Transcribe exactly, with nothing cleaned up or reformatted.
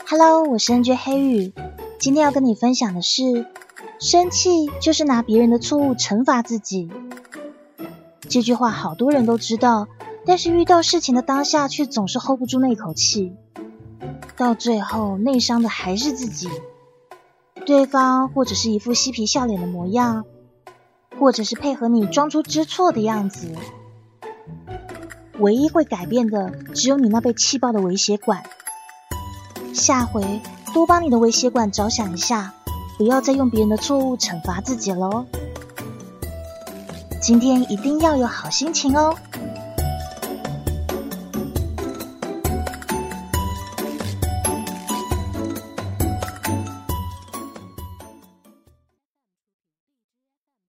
Hello， 我是 N J 黑羽，今天要跟你分享的是，生气就是拿别人的错误惩罚自己。这句话好多人都知道，但是遇到事情的当下却总是 hold 不住那口气，到最后内伤的还是自己。对方或者是一副嬉皮笑脸的模样，或者是配合你装出知错的样子，唯一会改变的只有你那被气爆的微血管。下回多帮你的微血管着想一下，不要再用别人的错误惩罚自己咯。今天一定要有好心情哦。